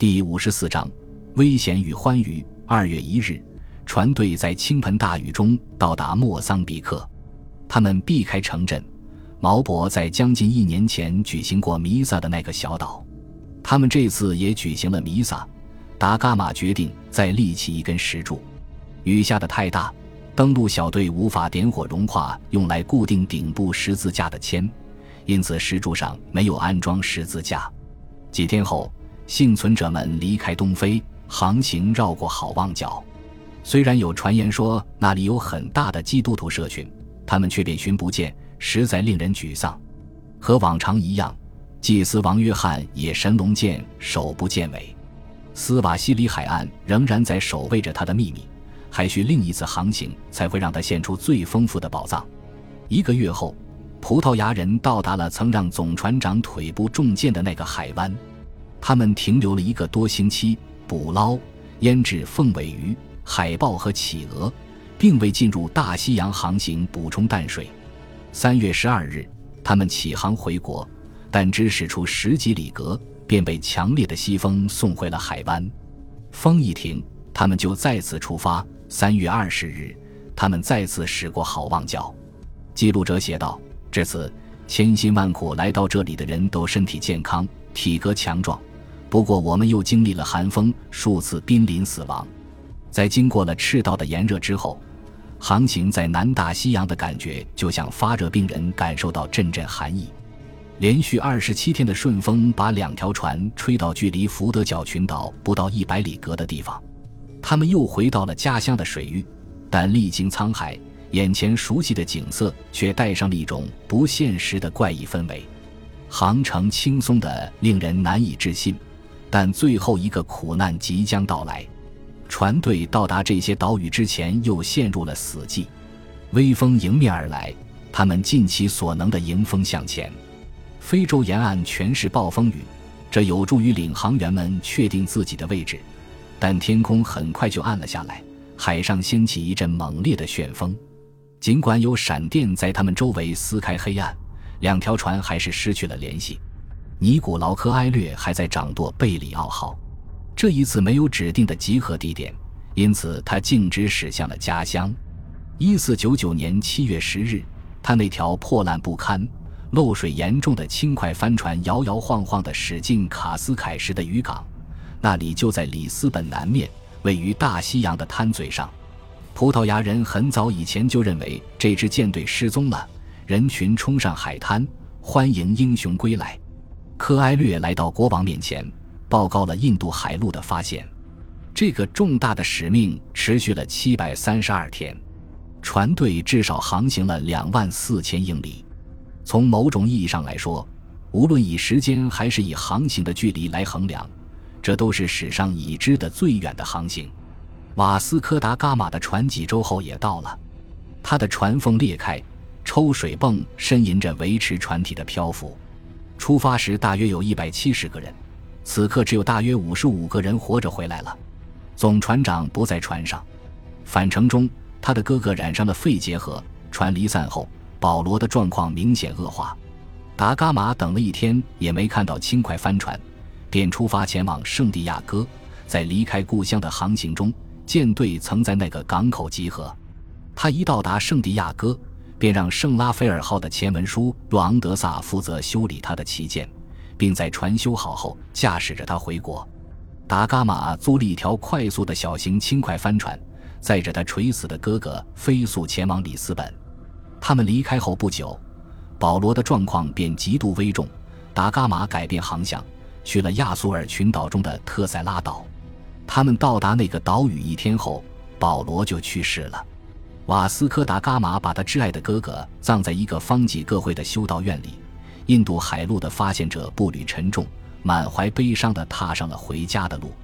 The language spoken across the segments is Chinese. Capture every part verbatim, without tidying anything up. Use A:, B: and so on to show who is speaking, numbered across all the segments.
A: 第五十四章危险与欢愉。二月一日，船队在倾盆大雨中到达莫桑比克。他们避开城镇，毛伯在将近一年前举行过弥撒的那个小岛。他们这次也举行了弥撒。达伽马决定再立起一根石柱。雨下得太大，登陆小队无法点火融化用来固定顶部十字架的铅，因此石柱上没有安装十字架。几天后，幸存者们离开东非，航行绕过好望角。虽然有传言说那里有很大的基督徒社群，他们却遍寻不见，实在令人沮丧。和往常一样，祭司王约翰也神龙见首不见尾。斯瓦西里海岸仍然在守卫着他的秘密，还需另一次航行才会让他献出最丰富的宝藏。一个月后，葡萄牙人到达了曾让总船长腿部中箭的那个海湾。他们停留了一个多星期，捕捞、腌制凤尾鱼、海豹和企鹅，并未进入大西洋航行补充淡水。三月十二日，他们起航回国，但只驶出十几里格，便被强烈的西风送回了海湾。风一停，他们就再次出发。三月二十日，他们再次驶过好望角。记录者写道：至此，千辛万苦来到这里的人都身体健康，体格强壮。不过我们又经历了寒风，数次濒临死亡。在经过了赤道的炎热之后，航行在南大西洋的感觉就像发热病人感受到阵阵寒意。连续二十七天的顺风把两条船吹到距离福德角群岛不到一百里格的地方。他们又回到了家乡的水域，但历经沧海，眼前熟悉的景色却带上了一种不现实的怪异氛围。航程轻松得令人难以置信，但最后一个苦难即将到来。船队到达这些岛屿之前又陷入了死寂。微风迎面而来，他们尽其所能地迎风向前。非洲沿岸全是暴风雨，这有助于领航员们确定自己的位置，但天空很快就暗了下来，海上掀起一阵猛烈的旋风。尽管有闪电在他们周围撕开黑暗，两条船还是失去了联系。尼古劳科埃略还在掌舵贝里奥号，这一次没有指定的集合地点，因此他径直驶向了家乡。一四九九年七月十日，他那条破烂不堪、漏水严重的轻快帆船摇摇晃晃地驶进卡斯凯什的渔港，那里就在里斯本南面，位于大西洋的滩嘴上。葡萄牙人很早以前就认为这支舰队失踪了，人群冲上海滩，欢迎英雄归来。科埃略来到国王面前，报告了印度海路的发现。这个重大的使命持续了七百三十二天，船队至少航行了两万四千英里。从某种意义上来说，无论以时间还是以航行的距离来衡量，这都是史上已知的最远的航行。瓦斯科达伽马的船几周后也到了，他的船缝裂开，抽水泵呻吟着维持船体的漂浮。出发时大约有一百七十个人，此刻只有大约五十五个人活着回来了。总船长不在船上，返程中他的哥哥染上了肺结核。船离散后，保罗的状况明显恶化。达伽马等了一天也没看到轻快帆船，便出发前往圣地亚哥。在离开故乡的航行中，舰队曾在那个港口集合。他一到达圣地亚哥，便让圣拉斐尔号的前文书洛昂德萨负责修理他的旗舰，并在船修好后驾驶着他回国。达伽马租了一条快速的小型轻快帆船，载着他垂死的哥哥飞速前往里斯本。他们离开后不久，保罗的状况便极度危重，达伽马改变航向，去了亚速尔群岛中的特塞拉岛。他们到达那个岛屿一天后，保罗就去世了。瓦斯科达伽马把他挚爱的哥哥葬在一个方济各会的修道院里。印度海路的发现者步履沉重，满怀悲伤地踏上了回家的路。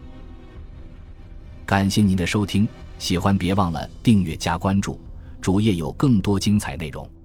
A: 感谢您的收听，喜欢别忘了订阅加关注，主页有更多精彩内容。